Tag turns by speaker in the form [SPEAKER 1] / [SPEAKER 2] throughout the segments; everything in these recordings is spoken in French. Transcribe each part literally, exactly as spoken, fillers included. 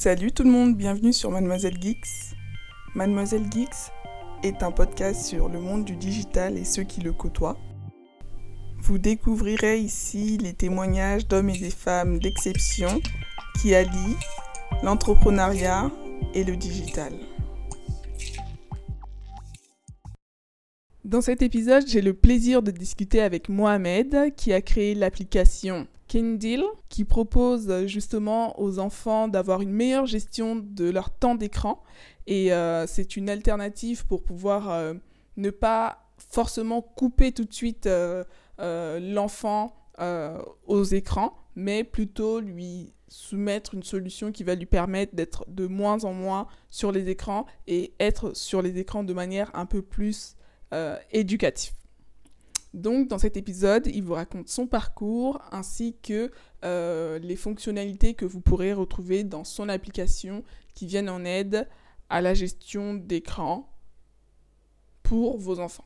[SPEAKER 1] Salut tout le monde, bienvenue sur Mademoiselle Geeks. Mademoiselle Geeks est un podcast sur le monde du digital et ceux qui le côtoient. Vous découvrirez ici les témoignages d'hommes et des femmes d'exception qui allient l'entrepreneuriat et le digital. Dans cet épisode, j'ai le plaisir de discuter avec Mohamed qui a créé l'application Kindle qui propose justement aux enfants d'avoir une meilleure gestion de leur temps d'écran et euh, c'est une alternative pour pouvoir euh, ne pas forcément couper tout de suite euh, euh, l'enfant euh, aux écrans, mais plutôt lui soumettre une solution qui va lui permettre d'être de moins en moins sur les écrans et être sur les écrans de manière un peu plus euh, éducative. Donc, dans cet épisode, il vous raconte son parcours ainsi que euh, les fonctionnalités que vous pourrez retrouver dans son application qui viennent en aide à la gestion d'écran pour vos enfants.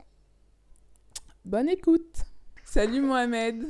[SPEAKER 1] Bonne écoute. Salut Mohamed.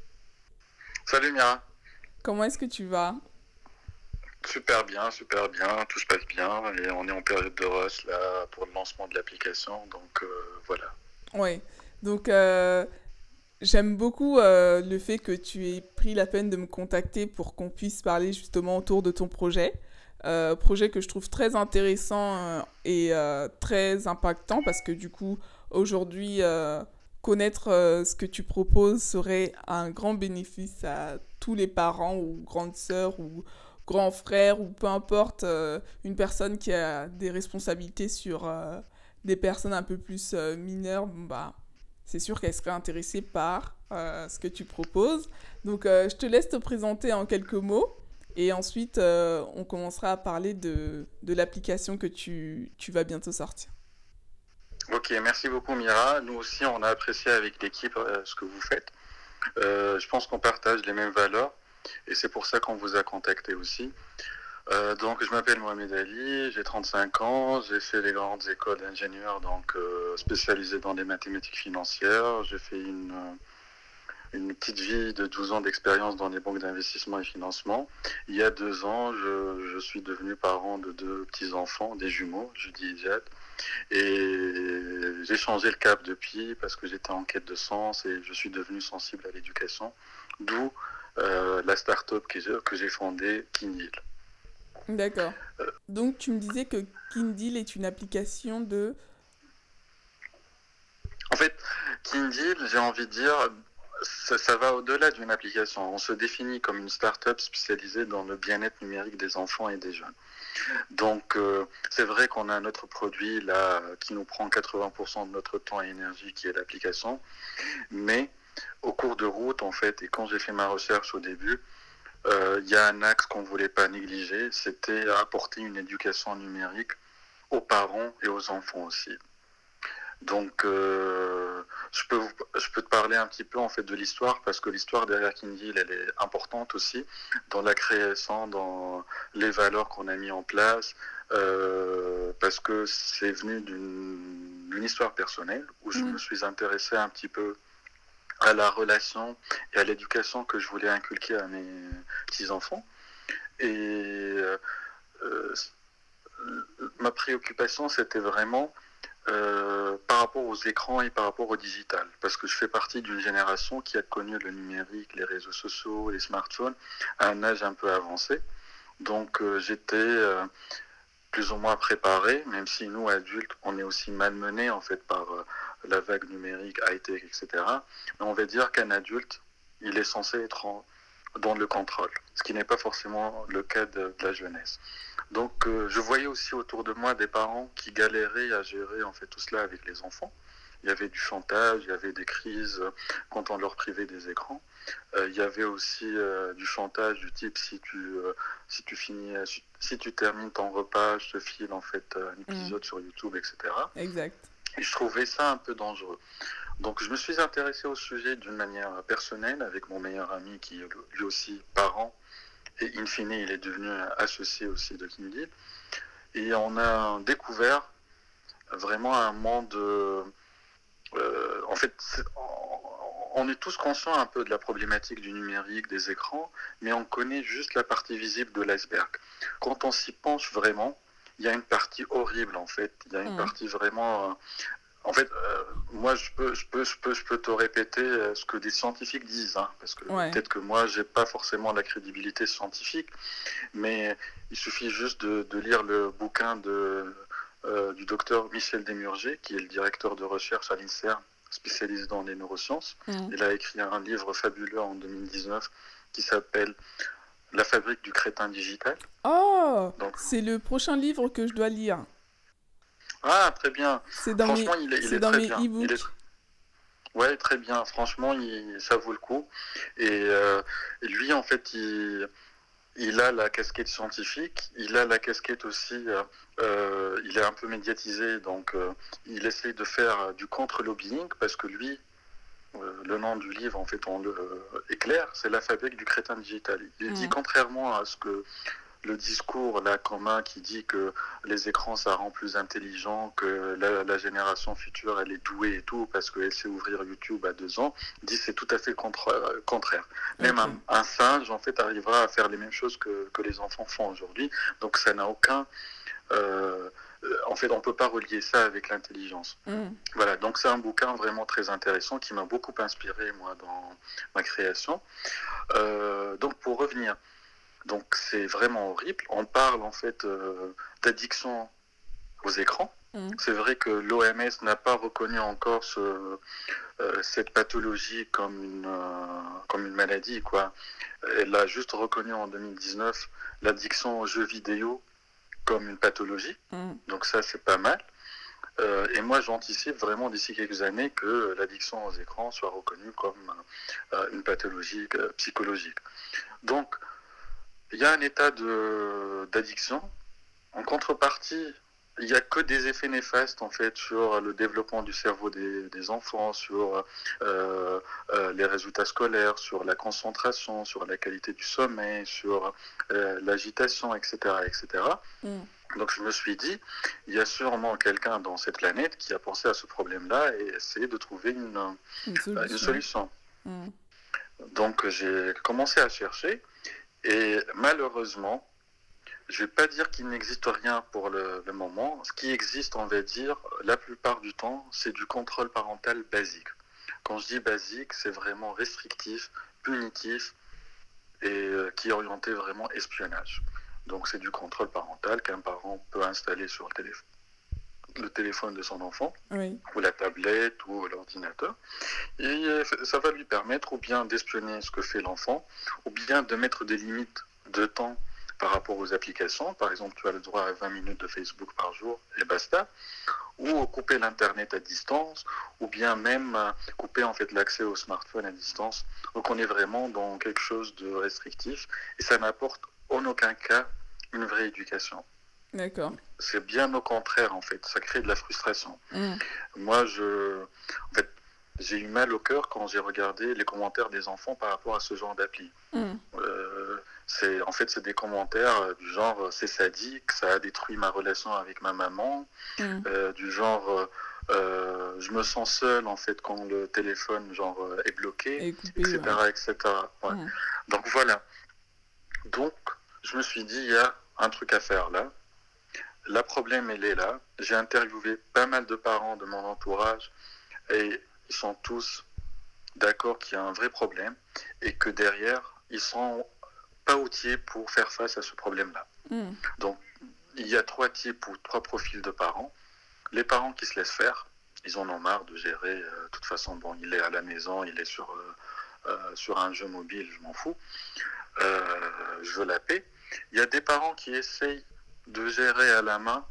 [SPEAKER 2] Salut Mira.
[SPEAKER 1] Comment est-ce que tu vas ?
[SPEAKER 2] Super bien, super bien, tout se passe bien et on est en période de rush là pour le lancement de l'application, donc euh, voilà.
[SPEAKER 1] Ouais. Donc, euh, j'aime beaucoup euh, le fait que tu aies pris la peine de me contacter pour qu'on puisse parler justement autour de ton projet. Euh, projet que je trouve très intéressant euh, et euh, très impactant parce que du coup, aujourd'hui, euh, connaître euh, ce que tu proposes serait un grand bénéfice à tous les parents ou grandes sœurs ou grands frères ou peu importe, euh, une personne qui a des responsabilités sur euh, des personnes un peu plus euh, mineures. Bah, c'est sûr qu'elle serait intéressée par euh, ce que tu proposes. Donc, euh, je te laisse te présenter en quelques mots. Et ensuite, euh, on commencera à parler de, de l'application que tu, tu vas bientôt sortir.
[SPEAKER 2] Ok, merci beaucoup Mira. Nous aussi, on a apprécié avec l'équipe euh, ce que vous faites. Euh, je pense qu'on partage les mêmes valeurs et c'est pour ça qu'on vous a contacté aussi. Euh, donc, je m'appelle Mohamed Ali, j'ai trente-cinq ans, j'ai fait les grandes écoles d'ingénieur, donc euh, spécialisé dans les mathématiques financières. J'ai fait une... Euh, une petite vie de douze ans d'expérience dans les banques d'investissement et financement. Il y a deux ans, je, je suis devenu parent de deux petits-enfants, des jumeaux, Judy et Jade. Et j'ai changé le cap depuis parce que j'étais en quête de sens et je suis devenu sensible à l'éducation. D'où euh, la start-up que j'ai, que j'ai fondée, Kindle.
[SPEAKER 1] D'accord. Donc, tu me disais que Kindle est une application de...
[SPEAKER 2] En fait, Kindle, j'ai envie de dire, ça, ça va au-delà d'une application. On se définit comme une start-up spécialisée dans le bien-être numérique des enfants et des jeunes. Donc, euh, c'est vrai qu'on a un autre produit là qui nous prend quatre-vingts pour cent de notre temps et énergie, qui est l'application. Mais au cours de route, en fait, et quand j'ai fait ma recherche au début, il euh, y a un axe qu'on ne voulait pas négliger, c'était apporter une éducation numérique aux parents et aux enfants aussi. Donc, euh, je, peux vous, je peux te parler un petit peu en fait de l'histoire parce que l'histoire derrière Kindle, elle est importante aussi dans la création, dans les valeurs qu'on a mis en place, euh, parce que c'est venu d'une, d'une histoire personnelle où je mmh. me suis intéressé un petit peu à la relation et à l'éducation que je voulais inculquer à mes petits-enfants. Et euh, euh, ma préoccupation, c'était vraiment Euh, par rapport aux écrans et par rapport au digital, parce que je fais partie d'une génération qui a connu le numérique, les réseaux sociaux, les smartphones à un âge un peu avancé. Donc euh, j'étais euh, plus ou moins préparé, même si nous adultes, on est aussi malmenés en fait par euh, la vague numérique, high-tech, et cetera. Mais on va dire qu'un adulte, il est censé être en, dans le contrôle, ce qui n'est pas forcément le cas de, de la jeunesse. Donc euh, je voyais aussi autour de moi des parents qui galéraient à gérer en fait tout cela avec les enfants. Il y avait du chantage, il y avait des crises quand on leur privait des écrans. Euh, il y avait aussi euh, du chantage du type si tu euh, si tu finis si tu termines ton repas, je te file en fait un épisode mmh. sur YouTube, et cetera.
[SPEAKER 1] Exact.
[SPEAKER 2] Et je trouvais ça un peu dangereux. Donc je me suis intéressé au sujet d'une manière personnelle avec mon meilleur ami qui est lui aussi parent. Et in fine, il est devenu associé aussi de Kindle. Et on a découvert vraiment un monde... Euh, en fait, on est tous conscients un peu de la problématique du numérique, des écrans, mais on connaît juste la partie visible de l'iceberg. Quand on s'y penche vraiment, il y a une partie horrible en fait. Il y a une
[SPEAKER 1] Mm.
[SPEAKER 2] partie vraiment... euh, En fait, euh, moi, je peux, je, peux, je, peux, je peux te répéter euh, ce que des scientifiques disent, hein, parce que
[SPEAKER 1] Ouais.
[SPEAKER 2] peut-être que moi, j'ai pas forcément la crédibilité scientifique, mais il suffit juste de, de lire le bouquin de, euh, du docteur Michel Desmurger, qui est le directeur de recherche à l'INSERM, spécialisé dans les neurosciences.
[SPEAKER 1] Mm.
[SPEAKER 2] Il a écrit un livre fabuleux en deux mille dix-neuf qui s'appelle La fabrique du crétin digital.
[SPEAKER 1] Oh,
[SPEAKER 2] Donc,
[SPEAKER 1] c'est le prochain livre que je dois lire.
[SPEAKER 2] ah, très bien.
[SPEAKER 1] C'est dans
[SPEAKER 2] Franchement,
[SPEAKER 1] mes,
[SPEAKER 2] il est, il
[SPEAKER 1] c'est
[SPEAKER 2] est
[SPEAKER 1] dans
[SPEAKER 2] très
[SPEAKER 1] mes
[SPEAKER 2] bien. Il est
[SPEAKER 1] e-books.
[SPEAKER 2] tr- Ouais, très bien. Franchement, il- ça vaut le coup. Et, euh, et lui, en fait, il, il a la casquette scientifique, il a la casquette aussi, euh, euh, il est un peu médiatisé, donc euh, il essaie de faire euh, du contre-lobbying, parce que lui, euh, le nom du livre, en fait, on le euh, éclaire, c'est La fabrique du crétin digital. Il dit,
[SPEAKER 1] Mm.
[SPEAKER 2] contrairement à ce que le discours là commun qui dit que les écrans ça rend plus intelligent, que la, la génération future elle est douée et tout parce qu'elle sait ouvrir YouTube à deux ans, dit c'est tout à fait le contre, euh, contraire. Même
[SPEAKER 1] Ok.
[SPEAKER 2] un, un singe en fait arrivera à faire les mêmes choses que, que les enfants font aujourd'hui, donc ça n'a aucun... euh, en fait, on ne peut pas relier ça avec l'intelligence.
[SPEAKER 1] Mm.
[SPEAKER 2] Voilà, donc c'est un bouquin vraiment très intéressant qui m'a beaucoup inspiré, moi, dans ma création. Euh, donc, pour revenir, donc c'est vraiment horrible. On parle en fait euh, d'addiction aux écrans.
[SPEAKER 1] Mm.
[SPEAKER 2] C'est vrai que l'O M S n'a pas reconnu encore ce, euh, cette pathologie comme une, euh, comme une maladie, quoi. Elle a juste reconnu en deux mille dix-neuf l'addiction aux jeux vidéo comme une pathologie.
[SPEAKER 1] Mm.
[SPEAKER 2] Donc ça, c'est pas mal. Euh, et moi, j'anticipe vraiment d'ici quelques années que l'addiction aux écrans soit reconnue comme euh, une pathologie euh, psychologique. Donc, il y a un état de, d'addiction. En contrepartie, il n'y a que des effets néfastes en fait sur le développement du cerveau des, des enfants, sur euh, euh, les résultats scolaires, sur la concentration, sur la qualité du sommeil, sur euh, l'agitation, et cetera, et cetera.
[SPEAKER 1] Mm.
[SPEAKER 2] Donc je me suis dit, il y a sûrement quelqu'un dans cette planète qui a pensé à ce problème-là et essayé de trouver une,
[SPEAKER 1] Une solution.
[SPEAKER 2] une solution.
[SPEAKER 1] Mm.
[SPEAKER 2] Donc j'ai commencé à chercher et malheureusement, je ne vais pas dire qu'il n'existe rien pour le, le moment. Ce qui existe, on va dire, la plupart du temps, c'est du contrôle parental basique. Quand je dis basique, c'est vraiment restrictif, punitif et euh, qui est orienté vraiment espionnage. Donc c'est du contrôle parental qu'un parent peut installer sur le téléphone, le téléphone de son enfant,
[SPEAKER 1] Oui.
[SPEAKER 2] ou la tablette, ou l'ordinateur. Et ça va lui permettre ou bien d'espionner ce que fait l'enfant, ou bien de mettre des limites de temps par rapport aux applications. Par exemple, tu as le droit à vingt minutes de Facebook par jour et basta. Ou couper l'Internet à distance, ou bien même couper en fait l'accès au smartphone à distance. Donc on est vraiment dans quelque chose de restrictif et ça n'apporte en aucun cas une vraie éducation.
[SPEAKER 1] D'accord.
[SPEAKER 2] C'est bien au contraire en fait, ça crée de la frustration.
[SPEAKER 1] Mm.
[SPEAKER 2] Moi, je, en fait, j'ai eu mal au cœur quand j'ai regardé les commentaires des enfants par rapport à ce genre d'appli.
[SPEAKER 1] Mm.
[SPEAKER 2] Euh, c'est, en fait, c'est des commentaires du genre c'est sadique, ça a détruit ma relation avec ma maman,
[SPEAKER 1] Mm.
[SPEAKER 2] euh, du genre euh, je me sens seul en fait quand le téléphone genre est bloqué,
[SPEAKER 1] Et coupé,
[SPEAKER 2] et cetera,
[SPEAKER 1] ouais.
[SPEAKER 2] et cetera. Ouais.
[SPEAKER 1] Mm.
[SPEAKER 2] Donc voilà. Donc je me suis dit il y a un truc à faire là. La problème elle est là. J'ai interviewé pas mal de parents de mon entourage et ils sont tous d'accord qu'il y a un vrai problème et que derrière ils sont pas outillés pour faire face à ce problème-là.
[SPEAKER 1] Mm.
[SPEAKER 2] Donc il y a trois types ou trois profils de parents. Les parents qui se laissent faire, ils en ont marre de gérer. De euh, toute façon, bon, il est à la maison, il est sur, euh, euh, sur un jeu mobile, je m'en fous. Euh, je veux la paix. Il y a des parents qui essayent de gérer à la main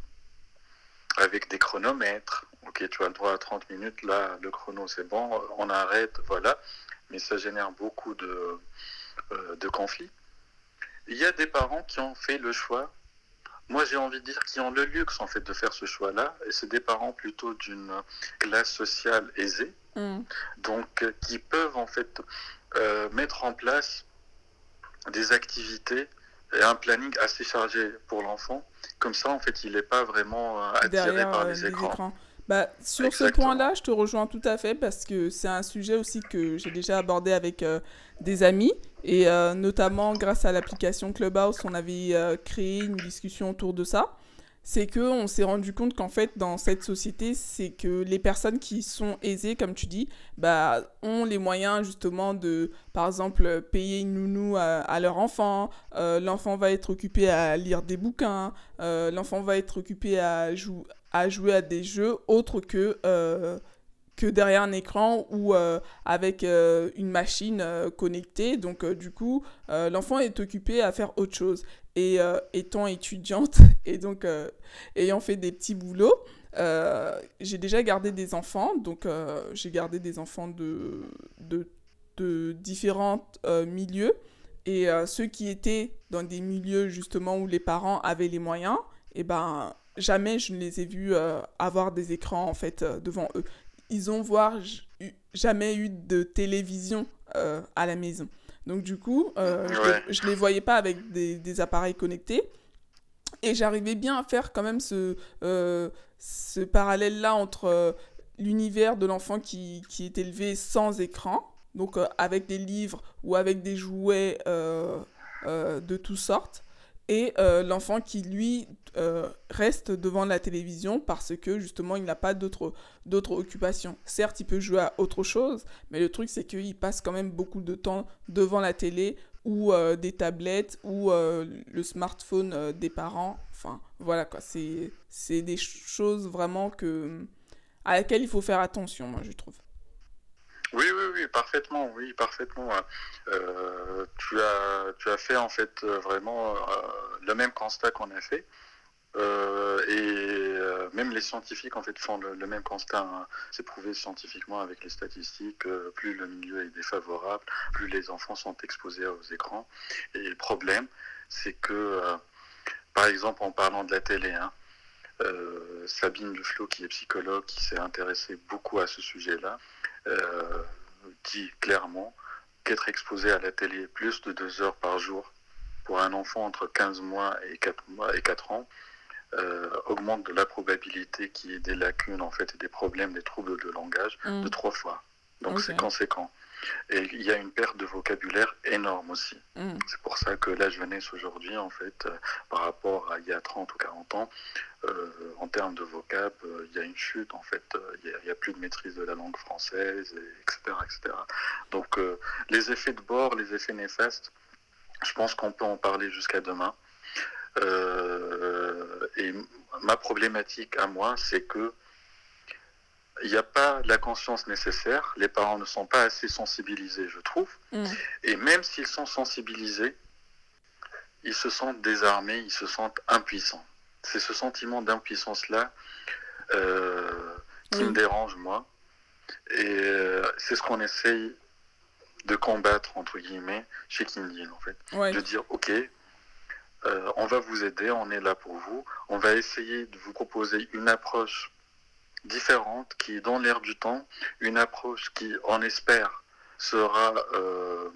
[SPEAKER 2] avec des chronomètres. Ok, tu as le droit à trente minutes, là, le chrono, c'est bon, on arrête, voilà. Mais ça génère beaucoup de, euh, de conflits. Il y a des parents qui ont fait le choix. Moi, j'ai envie de dire qu'ils ont le luxe en fait de faire ce choix-là, et c'est des parents plutôt d'une classe sociale aisée,
[SPEAKER 1] mm.
[SPEAKER 2] donc qui peuvent en fait euh, mettre en place des activités et un planning assez chargé pour l'enfant. Comme ça, en fait, il n'est pas vraiment euh, attiré
[SPEAKER 1] Derrière
[SPEAKER 2] par
[SPEAKER 1] euh,
[SPEAKER 2] les
[SPEAKER 1] les
[SPEAKER 2] écrans.
[SPEAKER 1] écrans. Bah, sur ce
[SPEAKER 2] Exactement.
[SPEAKER 1] point-là, je te rejoins tout à fait parce que c'est un sujet aussi que j'ai déjà abordé avec euh, des amis et euh, notamment grâce à l'application Clubhouse, on avait euh, créé une discussion autour de ça. C'est que on s'est rendu compte qu'en fait, dans cette société, c'est que les personnes qui sont aisées, comme tu dis, bah, ont les moyens justement de, par exemple, payer une nounou à, à leur enfant. Euh, l'enfant va être occupé à lire des bouquins. Euh, l'enfant va être occupé à, jou- à jouer à des jeux autres que, euh, que derrière un écran ou euh, avec euh, une machine euh, connectée. Donc, euh, du coup, euh, l'enfant est occupé à faire autre chose. Et euh, étant étudiante et donc euh, ayant fait des petits boulots, euh, j'ai déjà gardé des enfants. Donc, euh, j'ai gardé des enfants de, de, de différents euh, milieux. Et euh, ceux qui étaient dans des milieux justement où les parents avaient les moyens, et ben jamais je ne les ai vus euh, avoir des écrans en fait euh, devant eux. Ils ont voire j- eu- jamais eu de télévision euh, à la maison. Donc du coup, euh, je les,
[SPEAKER 2] Ouais,
[SPEAKER 1] je les voyais pas avec des, des appareils connectés. Et j'arrivais bien à faire quand même ce, euh, ce parallèle-là entre euh, l'univers de l'enfant qui, qui est élevé sans écran, donc euh, avec des livres ou avec des jouets euh, euh, de toutes sortes, et euh, l'enfant qui, lui, euh, reste devant la télévision parce que justement, il n'a pas d'autres d'autres occupations. Certes, il peut jouer à autre chose, mais le truc, c'est qu'il passe quand même beaucoup de temps devant la télé ou euh, des tablettes ou euh, le smartphone euh, des parents. Enfin, voilà quoi. C'est, c'est des choses vraiment que, à laquelle il faut faire attention, moi, je trouve.
[SPEAKER 2] oui, oui, oui, parfaitement, oui, parfaitement. Euh, tu as, tu as fait en fait euh, vraiment euh, le même constat qu'on a fait. Euh, et euh, même les scientifiques en fait font le, le même constat. Hein. C'est prouvé scientifiquement avec les statistiques. Euh, plus le milieu est défavorable, plus les enfants sont exposés aux écrans. Et le problème, c'est que, euh, par exemple, en parlant de la télé, hein, euh, Sabine Duflo, qui est psychologue, qui s'est intéressée beaucoup à ce sujet-là, euh, dit clairement qu'être exposé à la télé plus de deux heures par jour pour un enfant entre quinze mois et quatre, mois et quatre ans euh, augmente de la probabilité qu'il y ait des lacunes en fait et des problèmes, des troubles de langage de
[SPEAKER 1] Mm,
[SPEAKER 2] trois fois. Donc
[SPEAKER 1] ok.
[SPEAKER 2] c'est conséquent. Et il y a une perte de vocabulaire énorme aussi.
[SPEAKER 1] Mm,
[SPEAKER 2] C'est pour ça que la jeunesse aujourd'hui, en fait, euh, par rapport à il y a trente ou quarante ans, euh, en termes de vocab, euh, il y a une chute, en fait, euh, il n'y a, a, plus de maîtrise de la langue française, et, etc., et cetera. Donc, euh, les effets de bord, les effets néfastes, je pense qu'on peut en parler jusqu'à demain. Euh, et ma problématique à moi, c'est que il n'y a pas la conscience nécessaire. Les parents ne sont pas assez sensibilisés, je trouve.
[SPEAKER 1] mm,
[SPEAKER 2] Et même s'ils sont sensibilisés, ils se sentent désarmés, ils se sentent impuissants. C'est ce sentiment d'impuissance-là euh, qui me
[SPEAKER 1] oui.
[SPEAKER 2] dérange, moi. Et euh, c'est ce qu'on essaye de combattre, entre guillemets, chez Kindle, en fait.
[SPEAKER 1] Ouais.
[SPEAKER 2] De dire, OK, euh, on va vous aider, on est là pour vous. On va essayer de vous proposer une approche différente, qui est dans l'air du temps, une approche qui, on espère, sera euh,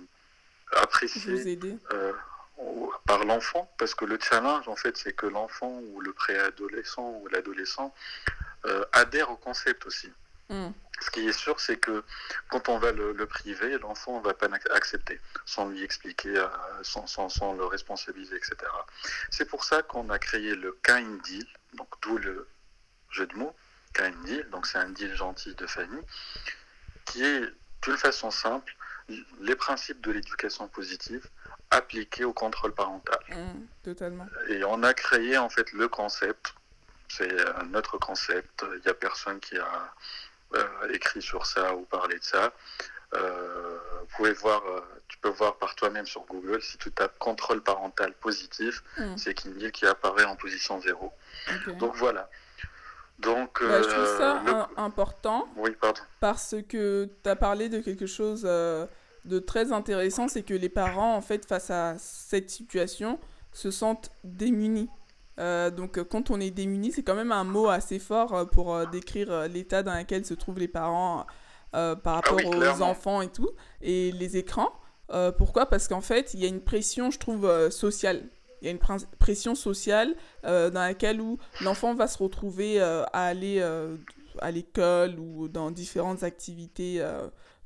[SPEAKER 1] Vous
[SPEAKER 2] appréciée
[SPEAKER 1] aider.
[SPEAKER 2] euh, par l'enfant, parce que le challenge, en fait, c'est que l'enfant ou le préadolescent ou l'adolescent euh, adhère au concept aussi.
[SPEAKER 1] Mm,
[SPEAKER 2] Ce qui est sûr, c'est que quand on va le, le priver, l'enfant ne va pas accepter, sans lui expliquer, euh, sans, sans, sans le responsabiliser, et cetera. C'est pour ça qu'on a créé le Kind Deal, donc d'où le jeu de mots, Kind Deal, donc c'est un deal gentil de famille, qui est d'une façon simple les principes de l'éducation positive appliqués au contrôle parental.
[SPEAKER 1] mm, totalement.
[SPEAKER 2] Et on a créé en fait le concept, c'est notre concept, il n'y a personne qui a euh, écrit sur ça ou parlé de ça. Euh, vous pouvez voir, euh, tu peux voir par toi-même sur Google, si tu tapes contrôle parental positif,
[SPEAKER 1] Mm,
[SPEAKER 2] c'est Kindle qui apparaît en position zéro.
[SPEAKER 1] ok.
[SPEAKER 2] Donc voilà. Donc,
[SPEAKER 1] Bah, je trouve
[SPEAKER 2] euh,
[SPEAKER 1] ça
[SPEAKER 2] le...
[SPEAKER 1] un- important
[SPEAKER 2] oui, pardon.
[SPEAKER 1] parce que tu as parlé de quelque chose euh, de très intéressant, c'est que les parents, en fait, face à cette situation, se sentent démunis. Euh, donc, euh, quand on est démuni, c'est quand même un mot assez fort euh, pour euh, décrire euh, l'état dans lequel se trouvent les parents euh, par
[SPEAKER 2] Ah
[SPEAKER 1] rapport
[SPEAKER 2] oui,
[SPEAKER 1] aux
[SPEAKER 2] clairement.
[SPEAKER 1] enfants et tout, et les écrans. Euh, pourquoi? Parce qu'en fait, il y a une pression, je trouve, euh, sociale. Il y a une prin- pression sociale euh, dans laquelle où l'enfant va se retrouver euh, à aller euh, à l'école ou dans différentes activités euh,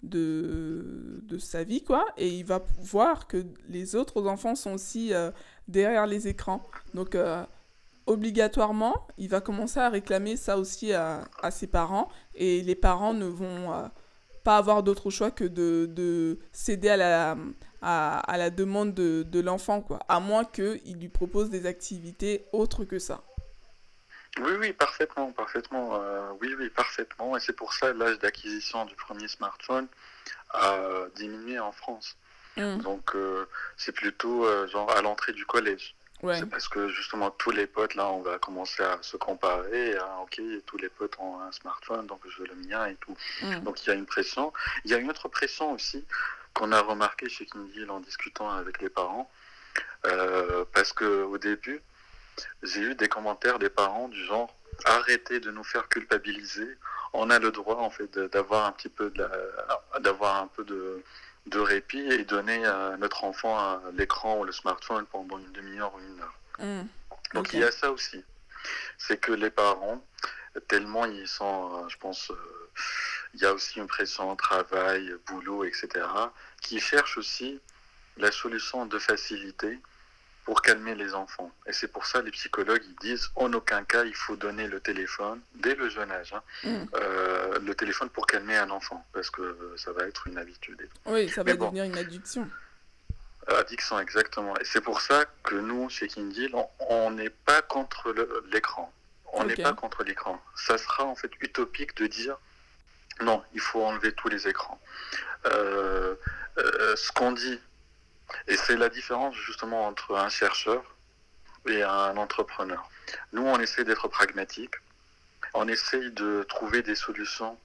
[SPEAKER 1] de, de sa vie, quoi. Et il va voir que les autres enfants sont aussi euh, derrière les écrans. Donc, euh, obligatoirement, il va commencer à réclamer ça aussi à, à ses parents. Et les parents ne vont euh, pas avoir d'autre choix que de, de céder à la, à, à la demande de, de l'enfant, quoi. À moins qu'il lui propose des activités autres que ça.
[SPEAKER 2] Oui, oui, parfaitement, parfaitement. Euh, oui, oui, parfaitement. Et c'est pour ça que l'âge d'acquisition du premier smartphone a diminué en France.
[SPEAKER 1] Mmh.
[SPEAKER 2] Donc, euh, c'est plutôt euh, genre à l'entrée du collège.
[SPEAKER 1] Ouais.
[SPEAKER 2] C'est parce que justement, tous les potes, là, on va commencer à se comparer. Et, ah, ok, tous les potes ont un smartphone, donc je veux le mien et tout.
[SPEAKER 1] Mmh.
[SPEAKER 2] Donc, il y a une pression. Il y a une autre pression aussi qu'on a remarqué chez Kindle en discutant avec les parents. Euh, parce qu'au début, j'ai eu des commentaires des parents du genre « Arrêtez de nous faire culpabiliser. On a le droit, en fait, de, d'avoir un petit peu de, la, d'avoir un peu de... de répit et donner à notre enfant à l'écran ou le smartphone pendant une demi-heure ou une heure.
[SPEAKER 1] Mmh.
[SPEAKER 2] Donc
[SPEAKER 1] Okay.
[SPEAKER 2] il y a ça aussi. C'est que les parents, tellement ils sont, je pense, euh, il y a aussi une pression au travail, boulot, et cetera, qui cherchent aussi la solution de facilité pour calmer les enfants. Et c'est pour ça les psychologues ils disent en aucun cas il faut donner le téléphone dès le jeune âge, hein,
[SPEAKER 1] Mmh.
[SPEAKER 2] euh, le téléphone pour calmer un enfant parce que ça va être une habitude. Et tout.
[SPEAKER 1] Oui, ça va
[SPEAKER 2] Mais bon,
[SPEAKER 1] devenir une addiction.
[SPEAKER 2] addiction exactement. Et c'est pour ça que nous chez Kindle on n'est pas contre le, l'écran. On n'est
[SPEAKER 1] Ok.
[SPEAKER 2] pas contre l'écran. Ça sera en fait utopique de dire non, il faut enlever tous les écrans. Euh, euh, ce qu'on dit. Et c'est la différence justement entre un chercheur et un entrepreneur. Nous, on essaie d'être pragmatique, on essaie de trouver des solutions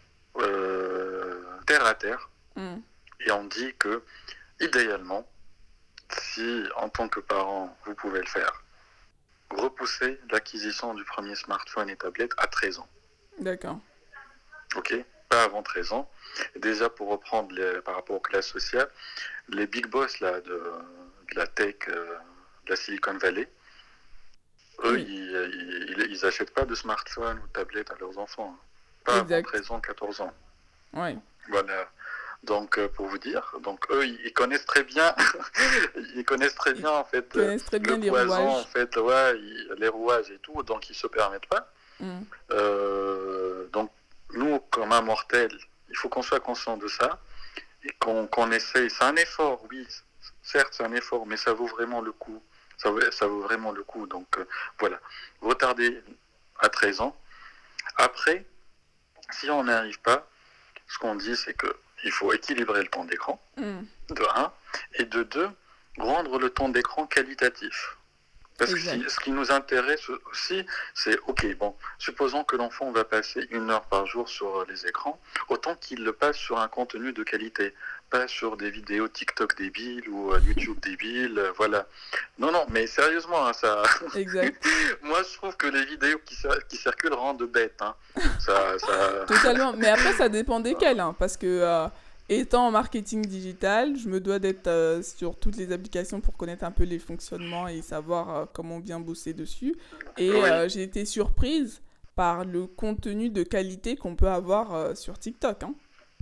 [SPEAKER 2] euh, terre à terre,
[SPEAKER 1] Mm.
[SPEAKER 2] et on dit que, idéalement, si en tant que parent, vous pouvez le faire, repoussez l'acquisition du premier smartphone et tablette à treize ans.
[SPEAKER 1] D'accord.
[SPEAKER 2] Ok ? Pas avant treize ans. Et déjà, pour reprendre les, par rapport aux classes sociales, les big boss là, de, de la tech, euh, de la Silicon Valley, eux,
[SPEAKER 1] Oui.
[SPEAKER 2] ils, ils, ils achètent pas de smartphone ou de tablette à leurs enfants. Hein. Pas
[SPEAKER 1] Exact.
[SPEAKER 2] avant treize ans, quatorze ans.
[SPEAKER 1] Ouais.
[SPEAKER 2] Voilà. Donc, euh, pour vous dire, donc eux, ils, ils connaissent très bien, ils connaissent très bien en fait,
[SPEAKER 1] Ils connaissent très bien
[SPEAKER 2] le
[SPEAKER 1] les
[SPEAKER 2] poison,
[SPEAKER 1] rouages.
[SPEAKER 2] en fait, ouais, ils, les rouages et tout, donc ils se permettent pas.
[SPEAKER 1] Mm.
[SPEAKER 2] Euh, donc, nous, comme un mortel, il faut qu'on soit conscient de ça et qu'on, qu'on essaye. C'est un effort, oui, certes, c'est un effort, mais ça vaut vraiment le coup. Ça vaut, ça vaut vraiment le coup. Donc, euh, voilà. Retardez à treize ans. Après, si on n'y arrive pas, ce qu'on dit, c'est que il faut équilibrer le temps d'écran,
[SPEAKER 1] Mm.
[SPEAKER 2] de un, et de deux, rendre le temps d'écran qualitatif. Parce que si, ce qui nous intéresse aussi, c'est, ok, bon, supposons que l'enfant va passer une heure par jour sur les écrans, autant qu'il le passe sur un contenu de qualité, pas sur des vidéos TikTok débiles ou euh, YouTube débiles, euh, voilà. Non, non, mais sérieusement, hein, ça...
[SPEAKER 1] Exact.
[SPEAKER 2] Moi, je trouve que les vidéos qui, qui circulent rendent bêtes. Hein. Ça, ça...
[SPEAKER 1] Totalement. Mais après, ça dépend desquels, hein, parce que... Euh... Étant en marketing digital, je me dois d'être euh, sur toutes les applications pour connaître un peu les fonctionnements et savoir euh, comment bien bosser dessus. Et
[SPEAKER 2] Oui.
[SPEAKER 1] euh, j'ai été surprise par le contenu de qualité qu'on peut avoir euh, sur TikTok. Hein.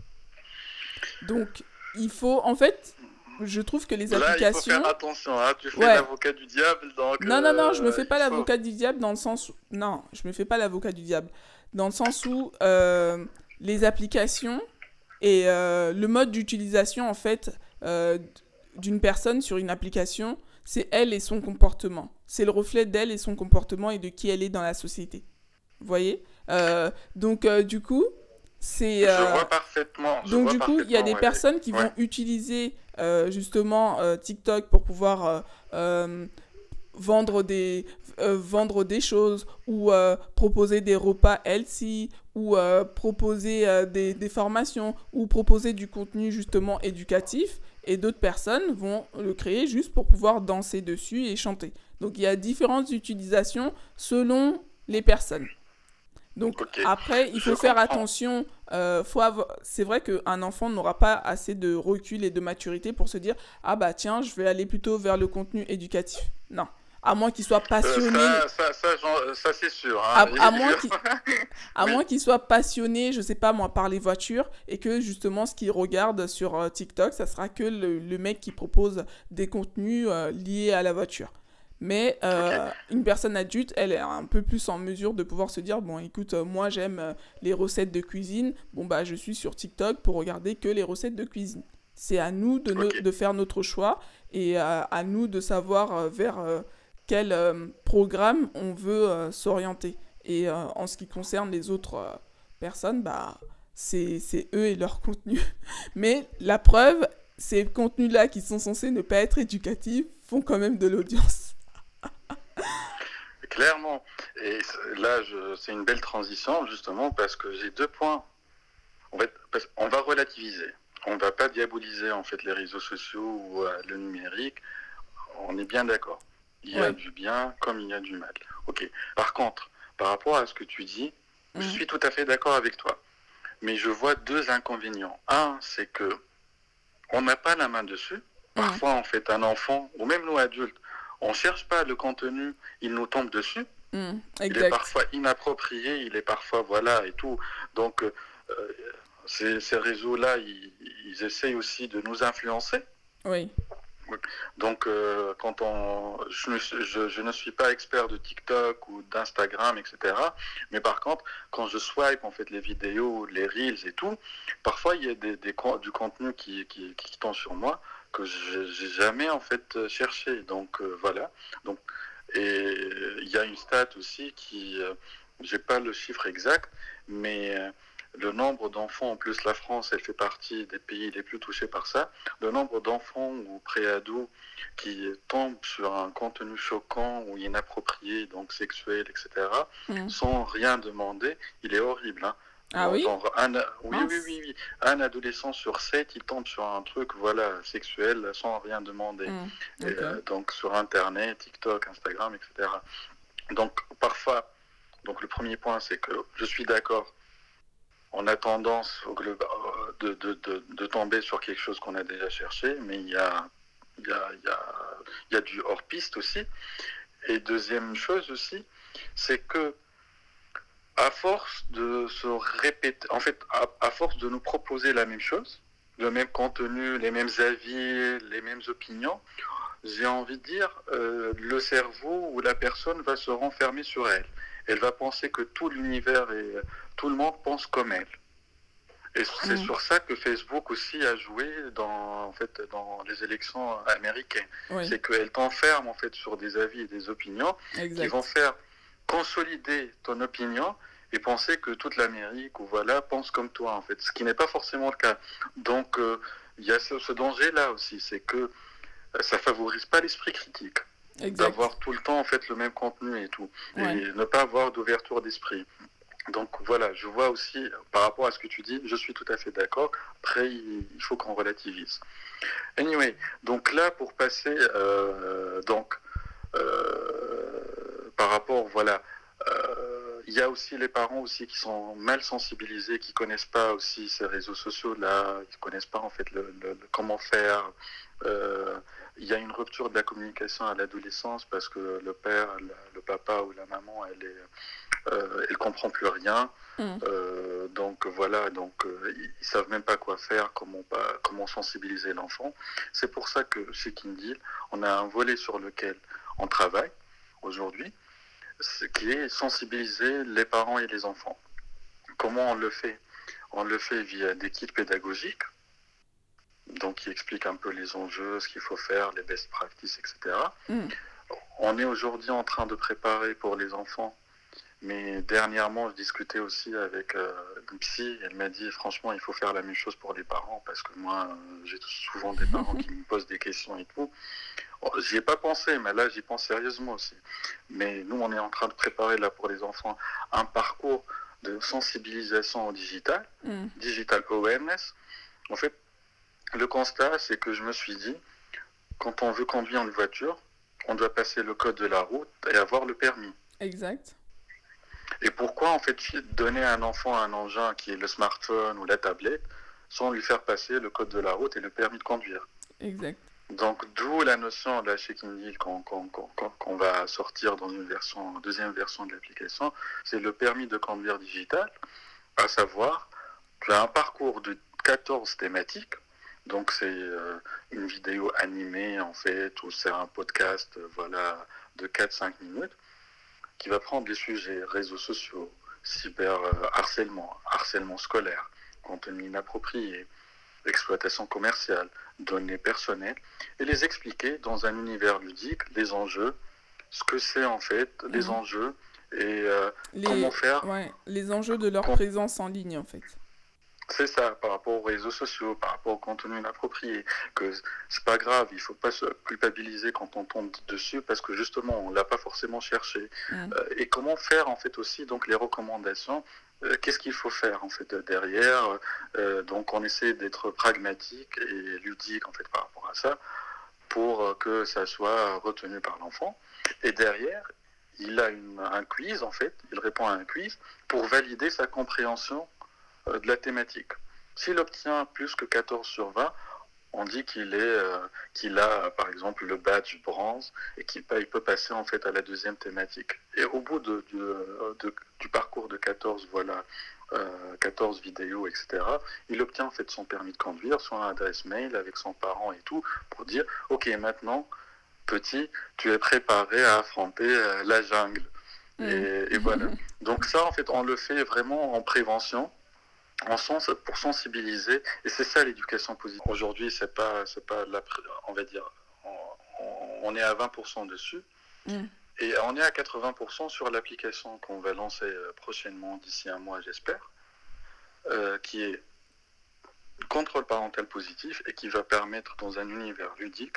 [SPEAKER 1] Donc, il faut... En fait, je trouve que les
[SPEAKER 2] Là,
[SPEAKER 1] applications...
[SPEAKER 2] il faut faire attention, hein. Tu fais
[SPEAKER 1] Ouais.
[SPEAKER 2] l'avocat du diable. Donc,
[SPEAKER 1] non, non, non, je me
[SPEAKER 2] euh,
[SPEAKER 1] fais pas
[SPEAKER 2] il faut-
[SPEAKER 1] l'avocat du diable dans le sens où... Non, je me fais pas l'avocat du diable. Dans le sens où euh, les applications... Et euh, le mode d'utilisation, en fait, euh, d'une personne sur une application, c'est elle et son comportement. C'est le reflet d'elle et son comportement et de qui elle est dans la société. Vous voyez ? euh, Donc, euh, du coup, c'est...
[SPEAKER 2] Je
[SPEAKER 1] euh,
[SPEAKER 2] vois parfaitement. je
[SPEAKER 1] donc,
[SPEAKER 2] vois
[SPEAKER 1] du coup, il y a des
[SPEAKER 2] parfaitement, ouais.
[SPEAKER 1] personnes qui
[SPEAKER 2] Ouais.
[SPEAKER 1] vont utiliser, euh, justement, euh, TikTok pour pouvoir... euh, euh, vendre des euh, vendre des choses ou euh, proposer des repas healthy ou euh, proposer euh, des, des formations ou proposer du contenu justement éducatif et d'autres personnes vont le créer juste pour pouvoir danser dessus et chanter. Donc il y a différentes utilisations selon les personnes. Donc
[SPEAKER 2] Ok.
[SPEAKER 1] après, il faut
[SPEAKER 2] Je
[SPEAKER 1] faire
[SPEAKER 2] comprends.
[SPEAKER 1] attention. Euh, faut avoir... C'est vrai qu'un enfant n'aura pas assez de recul et de maturité pour se dire « Ah bah tiens, je vais aller plutôt vers le contenu éducatif. » Non. À moins qu'il soit
[SPEAKER 2] Euh,
[SPEAKER 1] passionné,
[SPEAKER 2] ça, ça, ça, j'en- ça, c'est sûr,
[SPEAKER 1] à,
[SPEAKER 2] hein.
[SPEAKER 1] à moins qu'il à
[SPEAKER 2] Oui,
[SPEAKER 1] moins qu'il soit passionné, je sais pas moi, par les voitures, et que justement ce qu'il regarde sur euh, TikTok, ça sera que le, le mec qui propose des contenus euh, liés à la voiture. Mais
[SPEAKER 2] ok.
[SPEAKER 1] euh, une personne adulte, elle est un peu plus en mesure de pouvoir se dire, bon écoute, euh, moi j'aime euh, les recettes de cuisine, bon bah je suis sur TikTok pour regarder que les recettes de cuisine. C'est à nous de, no-
[SPEAKER 2] Ok.
[SPEAKER 1] de faire notre choix et euh, à nous de savoir euh, vers euh, quel euh, programme on veut euh, s'orienter. Et euh, en ce qui concerne les autres euh, personnes, bah, c'est, c'est eux et leur contenu. Mais la preuve, ces contenus-là qui sont censés ne pas être éducatifs font quand même de l'audience.
[SPEAKER 2] Clairement. Et là, je- c'est une belle transition, justement, parce que j'ai deux points. En fait, parce- on va relativiser. On ne va pas diaboliser, en fait, les réseaux sociaux ou euh, le numérique. On est bien d'accord. Il y a
[SPEAKER 1] Ouais.
[SPEAKER 2] du bien comme il y a du mal. Ok. Par contre, par rapport à ce que tu dis, je
[SPEAKER 1] Mm.
[SPEAKER 2] suis tout à fait d'accord avec toi. Mais je vois deux inconvénients. Un, c'est que on n'a pas la main dessus.
[SPEAKER 1] Mm.
[SPEAKER 2] Parfois, en fait, un enfant, ou même nous adultes, on ne cherche pas le contenu, il nous tombe dessus.
[SPEAKER 1] Mm.
[SPEAKER 2] Il est
[SPEAKER 1] Exact.
[SPEAKER 2] parfois inapproprié, il est parfois, voilà, et tout. Donc, euh, ces, ces réseaux-là, ils, ils essayent aussi de nous influencer.
[SPEAKER 1] Oui.
[SPEAKER 2] Donc, euh, quand on, je, ne, je, je ne suis pas expert de TikTok ou d'Instagram, et cetera. Mais par contre, quand je swipe en fait les vidéos, les reels et tout, parfois il y a des, des, du contenu qui, qui, qui tombe sur moi que je j'ai jamais en fait cherché. Donc euh, voilà. Donc, et il y a une stat aussi qui, euh, j'ai pas le chiffre exact, mais euh, le nombre d'enfants, en plus la France, elle fait partie des pays les plus touchés par ça, le nombre d'enfants ou préados qui tombent sur un contenu choquant ou inapproprié, donc sexuel, et cetera,
[SPEAKER 1] Mm.
[SPEAKER 2] sans rien demander, il est horrible. Hein.
[SPEAKER 1] Ah oui?
[SPEAKER 2] Genre, un, oui, oui,
[SPEAKER 1] Mince.
[SPEAKER 2] oui, oui, un adolescent sur sept, il tombe sur un truc, voilà, sexuel, sans rien demander.
[SPEAKER 1] Mm.
[SPEAKER 2] Et,
[SPEAKER 1] Ok.
[SPEAKER 2] euh, donc, sur Internet, TikTok, Instagram, et cetera. Donc, parfois, donc le premier point, c'est que je suis d'accord, on a tendance au globa- de, de, de, de tomber sur quelque chose qu'on a déjà cherché, mais il y a, il y a, il y a, il y a du hors-piste aussi. Et deuxième chose aussi, c'est que à force de se répéter, en fait, à, à force de nous proposer la même chose, le même contenu, les mêmes avis, les mêmes opinions, j'ai envie de dire, euh, le cerveau ou la personne va se renfermer sur elle. Elle va penser que tout l'univers et tout le monde pense comme elle. Et c'est
[SPEAKER 1] Mm.
[SPEAKER 2] sur ça que Facebook aussi a joué dans, en fait, dans les élections américaines.
[SPEAKER 1] Oui.
[SPEAKER 2] C'est qu'elle t'enferme en fait sur des avis et des opinions qui vont
[SPEAKER 1] Exact.
[SPEAKER 2] faire consolider ton opinion et penser que toute l'Amérique ou voilà pense comme toi en fait, ce qui n'est pas forcément le cas. Donc euh, il y a ce, ce danger-là aussi, c'est que euh, ça favorise pas l'esprit critique
[SPEAKER 1] Exact.
[SPEAKER 2] d'avoir tout le temps en fait le même contenu et tout, et
[SPEAKER 1] Ouais.
[SPEAKER 2] ne pas avoir d'ouverture d'esprit. Donc voilà, je vois aussi, par rapport à ce que tu dis, je suis tout à fait d'accord. Après, il, il faut qu'on relativise. Anyway, donc là, pour passer, euh, donc, euh, par rapport, voilà, euh, il y a aussi les parents aussi qui sont mal sensibilisés, qui connaissent pas aussi ces réseaux sociaux là, qui connaissent pas en fait le, le, le comment faire. Euh, il y a une rupture de la communication à l'adolescence parce que le père, le, le papa ou la maman, elle est euh, elle comprend plus rien.
[SPEAKER 1] Mm.
[SPEAKER 2] Euh, donc voilà, donc euh, ils, ils savent même pas quoi faire, comment pas, comment sensibiliser l'enfant. C'est pour ça que chez Kindle, on a un volet sur lequel on travaille aujourd'hui, qui est sensibiliser les parents et les enfants. Comment on le fait? On le fait via des kits pédagogiques, donc qui expliquent un peu les enjeux, ce qu'il faut faire, les best practices, et cetera.
[SPEAKER 1] Mm.
[SPEAKER 2] On est aujourd'hui en train de préparer pour les enfants. Mais dernièrement, je discutais aussi avec euh, une psy. Elle m'a dit, franchement, il faut faire la même chose pour les parents parce que moi, euh, j'ai souvent des parents qui me posent des questions et tout. Bon, j'y ai pas pensé, mais là, j'y pense sérieusement aussi. Mais nous, on est en train de préparer là pour les enfants un parcours de sensibilisation au digital,
[SPEAKER 1] Mm.
[SPEAKER 2] digital awareness. En fait, le constat, c'est que je me suis dit, quand on veut conduire une voiture, on doit passer le code de la route et avoir le permis.
[SPEAKER 1] Exact.
[SPEAKER 2] Et pourquoi en fait donner à un enfant un engin qui est le smartphone ou la tablette sans lui faire passer le code de la route et le permis de conduire?
[SPEAKER 1] Exact.
[SPEAKER 2] Donc, d'où la notion là chez Kindle qu'on, qu'on, qu'on, qu'on va sortir dans une version, deuxième version de l'application, c'est le permis de conduire digital, à savoir, tu as un parcours de quatorze thématiques. Donc, c'est euh, une vidéo animée, en fait, ou c'est un podcast, euh, voilà, de quatre à cinq minutes, qui va prendre les sujets réseaux sociaux, cyberharcèlement, harcèlement scolaire, contenu inapproprié, exploitation commerciale, données personnelles, et les expliquer dans un univers ludique, les enjeux, ce que c'est en fait, les
[SPEAKER 1] Mhm.
[SPEAKER 2] enjeux, et euh,
[SPEAKER 1] Les,
[SPEAKER 2] comment faire.
[SPEAKER 1] ouais, les enjeux de leur
[SPEAKER 2] com-
[SPEAKER 1] présence en ligne, en fait.
[SPEAKER 2] C'est ça, par rapport aux réseaux sociaux, par rapport au contenu inapproprié, que c'est pas grave, il faut pas se culpabiliser quand on tombe dessus parce que justement on l'a pas forcément cherché.
[SPEAKER 1] Mm.
[SPEAKER 2] Euh, et comment faire en fait aussi donc les recommandations, euh, qu'est-ce qu'il faut faire en fait derrière. Euh, donc on essaie d'être pragmatique et ludique en fait par rapport à ça pour que ça soit retenu par l'enfant. Et derrière, il a une, un quiz en fait, il répond à un quiz pour valider sa compréhension de la thématique. S'il obtient plus que quatorze sur vingt, on dit qu'il est, euh, qu'il a par exemple le badge bronze et qu'il il peut passer en fait à la deuxième thématique. Et au bout de, de, de, du parcours de quatorze, voilà, euh, quatorze vidéos, et cetera, il obtient en fait son permis de conduire, son adresse mail avec son parent et tout pour dire ok maintenant petit, tu es préparé à affronter euh, la jungle.
[SPEAKER 1] Mm.
[SPEAKER 2] Et, et voilà. Donc ça en fait on le fait vraiment en prévention. En sens pour sensibiliser, et c'est ça l'éducation positive. Aujourd'hui, c'est pas, c'est pas la, on va dire, on, on est à vingt pour cent dessus,
[SPEAKER 1] Mm.
[SPEAKER 2] et on est à quatre-vingts pour cent sur l'application qu'on va lancer prochainement, d'ici un mois, j'espère, euh, qui est contrôle parental positif et qui va permettre, dans un univers ludique,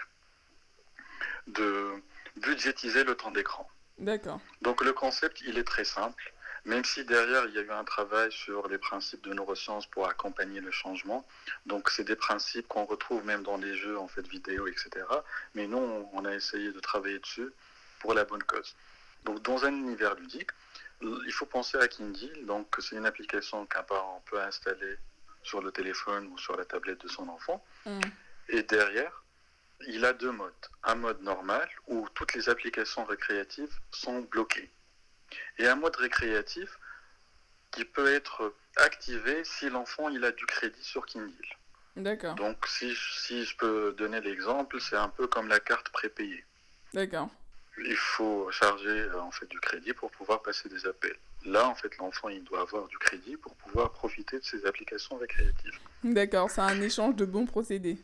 [SPEAKER 2] de budgétiser le temps d'écran.
[SPEAKER 1] D'accord.
[SPEAKER 2] Donc le concept, il est très simple. Même si derrière, il y a eu un travail sur les principes de neurosciences pour accompagner le changement. Donc, c'est des principes qu'on retrouve même dans les jeux, en fait, vidéo, et cetera. Mais nous, on a essayé de travailler dessus pour la bonne cause. Donc, dans un univers ludique, il faut penser à Kindle. Donc, c'est une application qu'un parent peut installer sur le téléphone ou sur la tablette de son enfant.
[SPEAKER 1] Mm.
[SPEAKER 2] Et derrière, il a deux modes. Un mode normal, où toutes les applications récréatives sont bloquées. Et un mode récréatif qui peut être activé si l'enfant il a du crédit sur Kindle.
[SPEAKER 1] D'accord.
[SPEAKER 2] Donc si, si je peux donner l'exemple, c'est un peu comme la carte prépayée.
[SPEAKER 1] D'accord.
[SPEAKER 2] Il faut charger en fait du crédit pour pouvoir passer des appels. Là, en fait, l'enfant il doit avoir du crédit pour pouvoir profiter de ces applications récréatives.
[SPEAKER 1] D'accord, c'est un échange de bons procédés.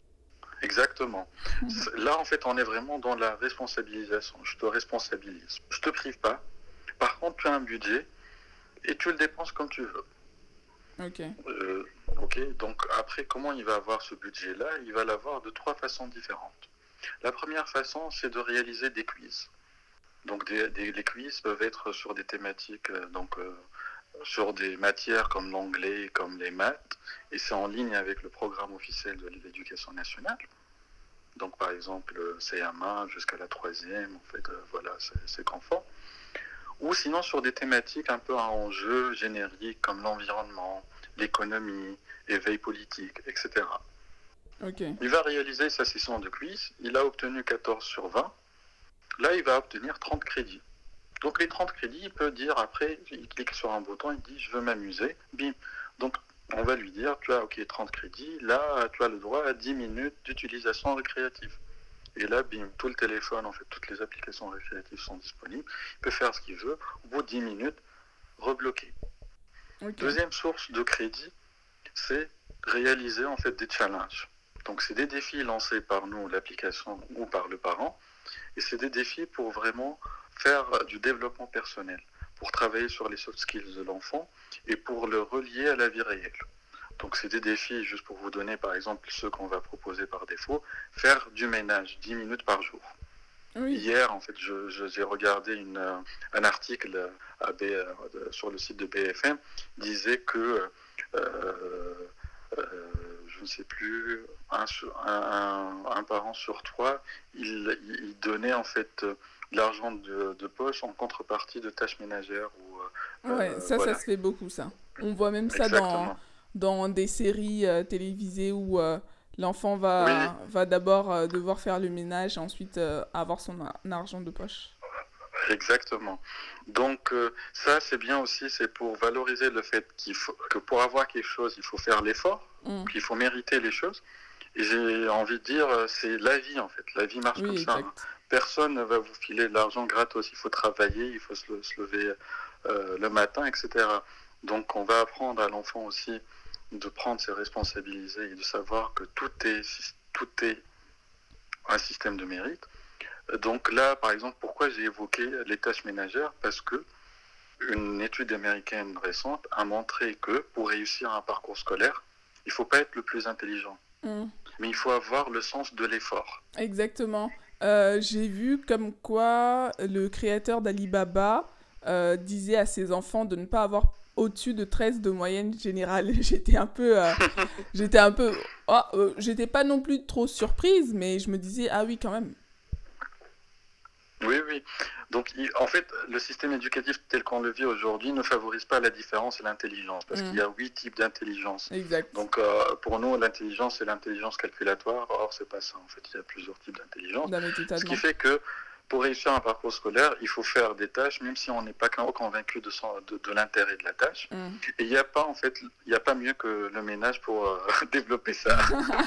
[SPEAKER 2] Exactement. Là, en fait, on est vraiment dans la responsabilisation. Je te responsabilise. Je te prive pas. Par contre, tu as un budget et tu le dépenses comme tu veux.
[SPEAKER 1] Ok.
[SPEAKER 2] Euh, ok, donc après, comment il va avoir ce budget-là? Il va l'avoir de trois façons différentes. La première façon, c'est de réaliser des quiz. Donc des, des, les quiz peuvent être sur des thématiques, euh, donc euh, sur des matières comme l'anglais, comme les maths, et c'est en ligne avec le programme officiel de l'éducation nationale. Donc par exemple, C M un jusqu'à la troisième, en fait, euh, voilà, c'est confort. Ou sinon sur des thématiques un peu à enjeu génériques comme l'environnement, l'économie, éveil politique, et cetera.
[SPEAKER 1] Okay.
[SPEAKER 2] Il va réaliser sa session de quiz, il a obtenu quatorze sur vingt, là il va obtenir trente crédits. Donc les trente crédits, il peut dire après, il clique sur un bouton, il dit je veux m'amuser, bim. Donc on va lui dire, tu as ok trente crédits, là tu as le droit à dix minutes d'utilisation récréative. Et là, bim, tout le téléphone, en fait, toutes les applications récréatives sont disponibles. Il peut faire ce qu'il veut. Au bout de dix minutes, rebloquer. Okay. Deuxième source de crédit, c'est réaliser en fait des challenges. Donc, c'est des défis lancés par nous, l'application, ou par le parent. Et c'est des défis pour vraiment faire du développement personnel, pour travailler sur les soft skills de l'enfant et pour le relier à la vie réelle. Donc c'est des défis, juste pour vous donner par exemple ceux qu'on va proposer par défaut, faire du ménage dix minutes par jour. Oui. Hier, en fait, je, je, j'ai regardé une, un article à B, sur le site de B F M, disait que, euh, euh, je ne sais plus, un, un, un parent sur trois, il, il donnait en fait de l'argent de, de poche en contrepartie de tâches ménagères. Ou,
[SPEAKER 1] ouais, euh, ça, voilà. Ça se fait beaucoup, ça. On voit même ça
[SPEAKER 2] Exactement.
[SPEAKER 1] dans... dans des séries euh, télévisées où euh, L'enfant
[SPEAKER 2] Oui,
[SPEAKER 1] va, va d'abord euh, devoir faire le ménage et ensuite euh, avoir son ar- argent de poche.
[SPEAKER 2] exactement. Donc euh, ça, c'est bien aussi, c'est pour valoriser le fait qu'il faut, que pour avoir quelque chose, il faut faire l'effort,
[SPEAKER 1] Mm.
[SPEAKER 2] qu'il faut mériter les choses. Et j'ai envie de dire, euh, c'est la vie en fait. La vie marche
[SPEAKER 1] Oui,
[SPEAKER 2] comme ça, hein.
[SPEAKER 1] exact.
[SPEAKER 2] Personne ne va vous filer de l'argent gratos. Il faut travailler, il faut se, le- se lever euh, le matin, et cetera. Donc on va apprendre à l'enfant aussi de prendre ses responsabilités et de savoir que tout est, tout est un système de mérite. Donc là, par exemple, pourquoi j'ai évoqué les tâches ménagères? Parce que une étude américaine récente a montré que pour réussir un parcours scolaire, il ne faut pas être le plus intelligent,
[SPEAKER 1] Mm.
[SPEAKER 2] mais il faut avoir le sens de l'effort.
[SPEAKER 1] Exactement. Euh, j'ai vu comme quoi le créateur d'Alibaba euh, disait à ses enfants de ne pas avoir au-dessus de treize de moyenne générale. J'étais un peu... euh, j'étais un peu... oh, euh, j'étais pas non plus trop surprise, mais je me disais, ah oui, quand même.
[SPEAKER 2] Oui, oui. Donc, il- en fait, le système éducatif tel qu'on le vit aujourd'hui ne favorise pas la différence et l'intelligence, parce qu'il
[SPEAKER 1] Mm.
[SPEAKER 2] y a huit types d'intelligence.
[SPEAKER 1] Exact.
[SPEAKER 2] Donc, euh, pour nous, l'intelligence, c'est l'intelligence calculatoire. Or, c'est pas ça. En fait, il y a plusieurs types d'intelligence.
[SPEAKER 1] Non, mais
[SPEAKER 2] Ce qui
[SPEAKER 1] totalement.
[SPEAKER 2] fait que pour réussir un parcours scolaire, il faut faire des tâches, même si on n'est pas convaincu de, son- de, de l'intérêt de la tâche.
[SPEAKER 1] Mm.
[SPEAKER 2] Et il n'y a pas, en fait, il n'y a pas mieux que le ménage pour euh, développer ça.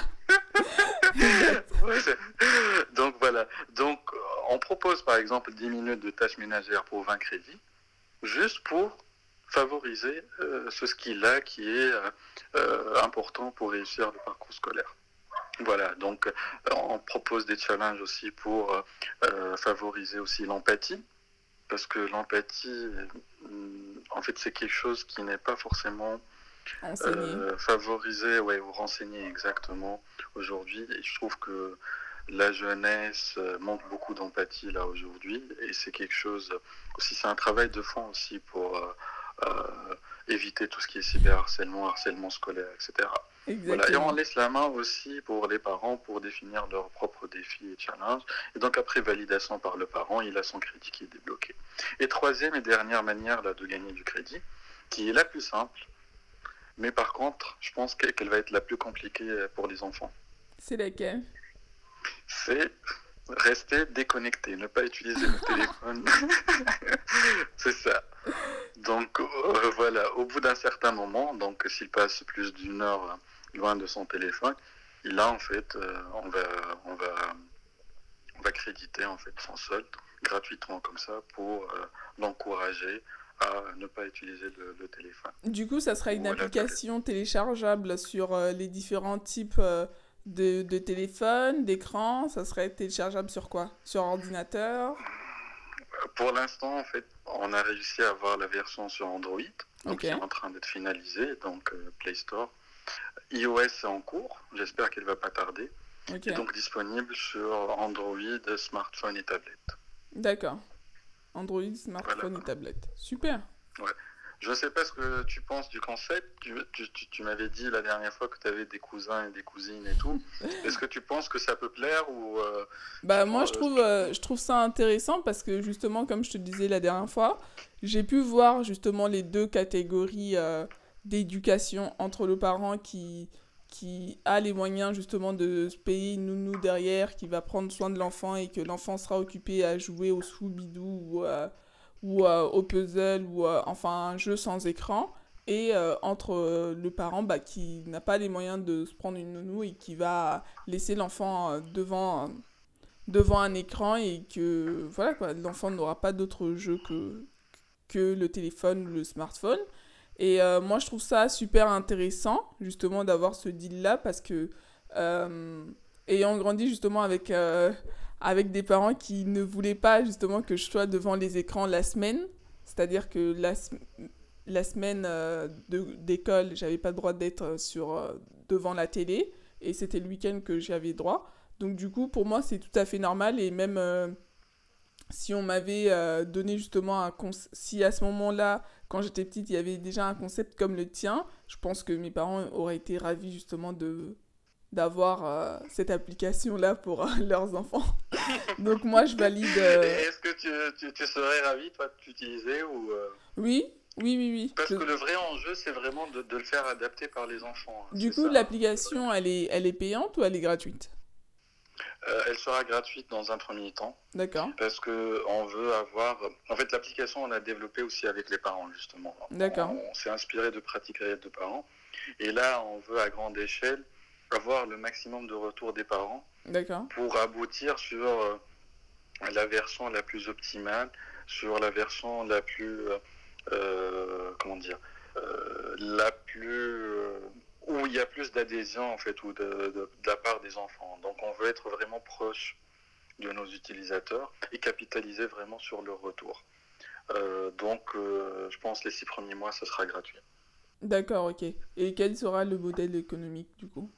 [SPEAKER 1] Exact.
[SPEAKER 2] Donc voilà. Donc on propose par exemple dix minutes de tâches ménagères pour vingt crédits, juste pour favoriser euh, ce skill-là qui est euh, euh, important pour réussir le parcours scolaire. Voilà, donc euh, on propose des challenges aussi pour euh, euh, favoriser aussi l'empathie, parce que l'empathie, euh, en fait, c'est quelque chose qui n'est pas forcément
[SPEAKER 1] Enseigner.
[SPEAKER 2] euh, favoriser, ouais, ou renseigner exactement aujourd'hui. Et je trouve que la jeunesse euh, manque beaucoup d'empathie là aujourd'hui. Et c'est quelque chose aussi, c'est un travail de fond aussi pour euh, euh, éviter tout ce qui est cyberharcèlement, harcèlement scolaire, et cetera. Voilà. Et on
[SPEAKER 1] Exactement.
[SPEAKER 2] laisse la main aussi pour les parents pour définir leurs propres défis et challenges. Et donc après validation par le parent, il a son crédit qui est débloqué. Et troisième et dernière manière là, de gagner du crédit, qui est la plus simple, mais par contre, je pense qu'elle va être la plus compliquée pour les enfants.
[SPEAKER 1] C'est laquelle?
[SPEAKER 2] C'est rester déconnecté, ne pas utiliser le téléphone. C'est ça. Donc euh, voilà, au bout d'un certain moment, donc s'il passe plus d'une heure loin de son téléphone, il a en fait, euh, on va, on va, on va créditer en fait son solde gratuitement comme ça pour euh, l'encourager à ne pas utiliser le, le téléphone
[SPEAKER 1] Du coup, ça sera une
[SPEAKER 2] ou la tablette.
[SPEAKER 1] application téléchargeable sur euh, les différents types euh, de, de téléphones, d'écran. Ça serait téléchargeable sur quoi? Sur ordinateur?
[SPEAKER 2] Pour l'instant, en fait, on a réussi à avoir la version sur Android, donc
[SPEAKER 1] Ok,
[SPEAKER 2] qui est en train d'être finalisée, donc euh, Play Store. iOS est en cours, j'espère qu'elle va pas tarder,
[SPEAKER 1] ok.
[SPEAKER 2] et donc disponible sur Android, smartphone et tablette.
[SPEAKER 1] D'accord. Android,
[SPEAKER 2] Voilà.
[SPEAKER 1] smartphone et tablette. Super.
[SPEAKER 2] Ouais. Je ne sais pas ce que tu penses du concept. Tu, tu, tu, tu m'avais dit la dernière fois que tu avais des cousins et des cousines et tout. Est-ce que tu penses que ça peut plaire ou euh, tu
[SPEAKER 1] Bah moi,
[SPEAKER 2] penses,
[SPEAKER 1] je
[SPEAKER 2] euh,
[SPEAKER 1] trouve,
[SPEAKER 2] tu-
[SPEAKER 1] euh, je trouve ça intéressant parce que justement, comme je te disais la dernière fois, j'ai pu voir justement les deux catégories euh, d'éducation entre le parent qui, qui a les moyens justement de se payer une nounou derrière, qui va prendre soin de l'enfant et que l'enfant sera occupé à jouer au Scooby-Doo ou, euh, ou euh, au puzzle ou euh, enfin un jeu sans écran. Et euh, entre euh, le parent bah, qui n'a pas les moyens de se prendre une nounou et qui va laisser l'enfant euh, devant, euh, devant un écran et que voilà quoi, l'enfant n'aura pas d'autre jeu que, que le téléphone ou le smartphone. Et euh, moi je trouve ça super intéressant justement d'avoir ce deal là parce que euh, ayant grandi justement avec, euh, avec des parents qui ne voulaient pas justement que je sois devant les écrans la semaine, c'est-à-dire que la, la semaine euh, de, d'école j'avais pas le droit d'être sur, euh, devant la télé et c'était le week-end que j'avais droit. Donc du coup, pour moi, c'est tout à fait normal. Et même euh, si on m'avait euh, donné justement un concept, si à ce moment-là, quand j'étais petite, il y avait déjà un concept comme le tien, je pense que mes parents auraient été ravis justement de d'avoir euh, cette application-là pour euh, leurs enfants. Donc moi, je valide...
[SPEAKER 2] Et
[SPEAKER 1] euh,
[SPEAKER 2] est-ce que tu, tu, tu serais ravi, toi, de l'utiliser ou euh,
[SPEAKER 1] Oui, Oui, oui, oui.
[SPEAKER 2] Parce
[SPEAKER 1] Je-
[SPEAKER 2] que le vrai enjeu, c'est vraiment de, de le faire adapter par les enfants. hein,
[SPEAKER 1] Du
[SPEAKER 2] c'est
[SPEAKER 1] coup,
[SPEAKER 2] ça.
[SPEAKER 1] l'application, elle est, elle est payante ou elle est gratuite?
[SPEAKER 2] Euh, elle sera gratuite dans un premier temps.
[SPEAKER 1] D'accord,
[SPEAKER 2] Parce que on veut avoir. En fait, l'application, on l'a développée aussi avec les parents, justement.
[SPEAKER 1] d'accord,
[SPEAKER 2] On, on s'est inspiré de pratiques réelles de parents. Et là, on veut à grande échelle avoir le maximum de retours des parents
[SPEAKER 1] d'accord.
[SPEAKER 2] pour aboutir sur euh, la version la plus optimale, sur la version la plus. euh, euh, comment dire euh, La plus. euh, où il y a plus d'adhésion, en fait, ou de, de, de la part des enfants. Donc, on veut être vraiment proche de nos utilisateurs et capitaliser vraiment sur leur retour. Euh, donc, euh, je pense les six premiers mois, ce sera gratuit.
[SPEAKER 1] D'accord, ok. Et quel sera le modèle économique du coup?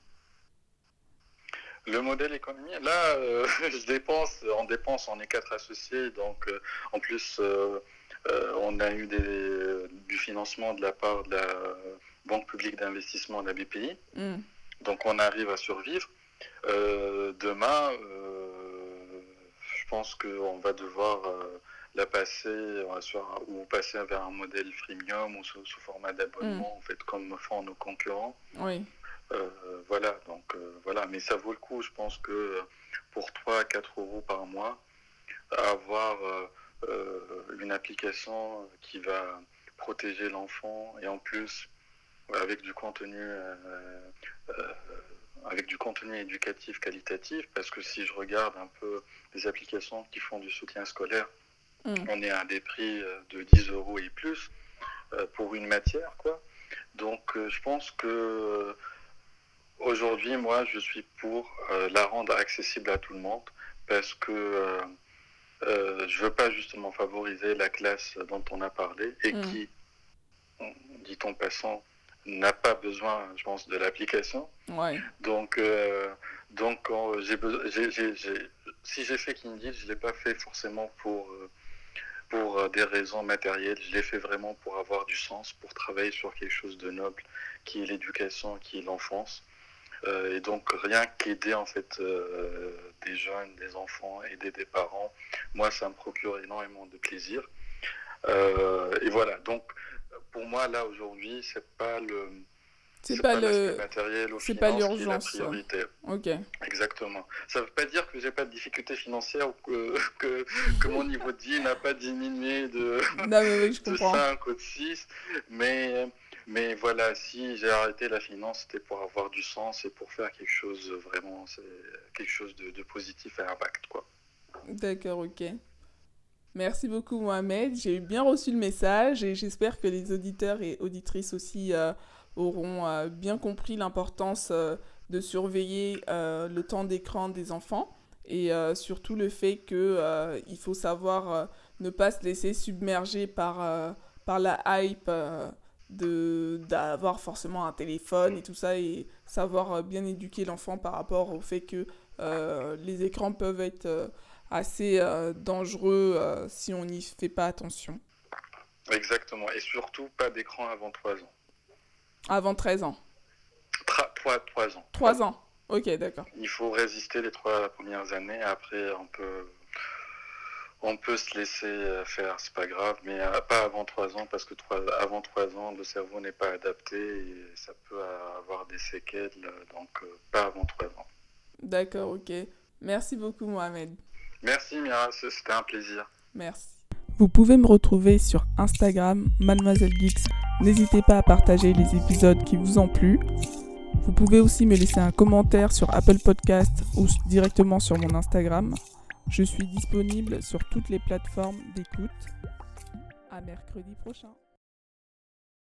[SPEAKER 2] Le modèle économique, là, euh, je dépense, on dépense, on est quatre associés, donc euh, en plus, euh, euh, on a eu des, du financement de la part de la Banque publique d'investissement, la B P I,
[SPEAKER 1] Hmm.
[SPEAKER 2] donc on arrive à survivre. Euh, demain, euh, je pense qu'on va devoir euh, la passer sur, ou passer vers un modèle freemium ou sous, sous format d'abonnement,
[SPEAKER 1] Hmm.
[SPEAKER 2] en fait, comme font nos concurrents.
[SPEAKER 1] Oui,
[SPEAKER 2] Euh, voilà, donc euh, voilà, mais ça vaut le coup, je pense que pour trois à quatre euros par mois, avoir euh, euh, une application qui va protéger l'enfant et en plus avec du contenu euh, euh, avec du contenu éducatif qualitatif, parce que si je regarde un peu les applications qui font du soutien scolaire,
[SPEAKER 1] hmm.
[SPEAKER 2] on est à des prix de dix euros et plus euh, pour une matière, quoi. Donc euh, je pense que euh, aujourd'hui, moi, je suis pour euh, la rendre accessible à tout le monde, parce que euh, euh, je veux pas justement favoriser la classe dont on a parlé et
[SPEAKER 1] Hmm.
[SPEAKER 2] qui, dit en passant, n'a pas besoin, je pense, de l'application.
[SPEAKER 1] Ouais,
[SPEAKER 2] Donc, euh, donc quand j'ai, j'ai, j'ai, j'ai, si j'ai fait Kindle, je ne l'ai pas fait forcément pour, euh, pour des raisons matérielles. Je l'ai fait vraiment pour avoir du sens, pour travailler sur quelque chose de noble, qui est l'éducation, qui est l'enfance. Euh, et donc, rien qu'aider en fait euh, des jeunes, des enfants, aider des parents, moi, ça me procure énormément de plaisir. Euh, et voilà, donc pour moi, là, aujourd'hui, c'est pas le...
[SPEAKER 1] c'est
[SPEAKER 2] C'est
[SPEAKER 1] pas
[SPEAKER 2] pas l'aspect
[SPEAKER 1] le,
[SPEAKER 2] matériel ou
[SPEAKER 1] c'est pas
[SPEAKER 2] finance qui est la
[SPEAKER 1] l'urgence.
[SPEAKER 2] priorité.
[SPEAKER 1] Ok,
[SPEAKER 2] Exactement. Ça ne veut pas dire que j'ai pas de difficultés financières ou que, que, que mon niveau de vie n'a pas diminué de,
[SPEAKER 1] non mais oui, je
[SPEAKER 2] de
[SPEAKER 1] comprends.
[SPEAKER 2] cinq ou de six. Mais, mais voilà, si j'ai arrêté la finance, c'était pour avoir du sens et pour faire quelque chose vraiment, c'est quelque chose de, de positif et impact, quoi.
[SPEAKER 1] D'accord, ok. Merci beaucoup Mohamed, j'ai bien reçu le message et j'espère que les auditeurs et auditrices aussi euh, auront euh, bien compris l'importance euh, de surveiller euh, le temps d'écran des enfants et euh, surtout le fait que euh, il faut savoir euh, ne pas se laisser submerger par, euh, par la hype euh, de d'avoir forcément un téléphone et tout ça et savoir euh, bien éduquer l'enfant par rapport au fait que euh, les écrans peuvent être euh, assez euh, dangereux euh, si on n'y fait pas attention.
[SPEAKER 2] Exactement. Et surtout, pas d'écran avant trois ans.
[SPEAKER 1] Avant treize ans.
[SPEAKER 2] Tra- trois, trois ans. Trois
[SPEAKER 1] trois
[SPEAKER 2] ans.
[SPEAKER 1] ans. Ok, d'accord.
[SPEAKER 2] Il faut résister les trois premières années. Après, on peut on peut se laisser faire, c'est pas grave, mais pas avant trois ans, parce que trois, avant trois ans, le cerveau n'est pas adapté et ça peut avoir des séquelles, donc pas avant trois ans.
[SPEAKER 1] D'accord, ok. Merci beaucoup Mohamed.
[SPEAKER 2] Merci Mira, c'était un plaisir.
[SPEAKER 1] Merci. Vous pouvez me retrouver sur Instagram, Mademoiselle Geeks. N'hésitez pas à partager les épisodes qui vous ont plu. Vous pouvez aussi me laisser un commentaire sur Apple Podcast ou directement sur mon Instagram. Je suis disponible sur toutes les plateformes d'écoute. À mercredi prochain.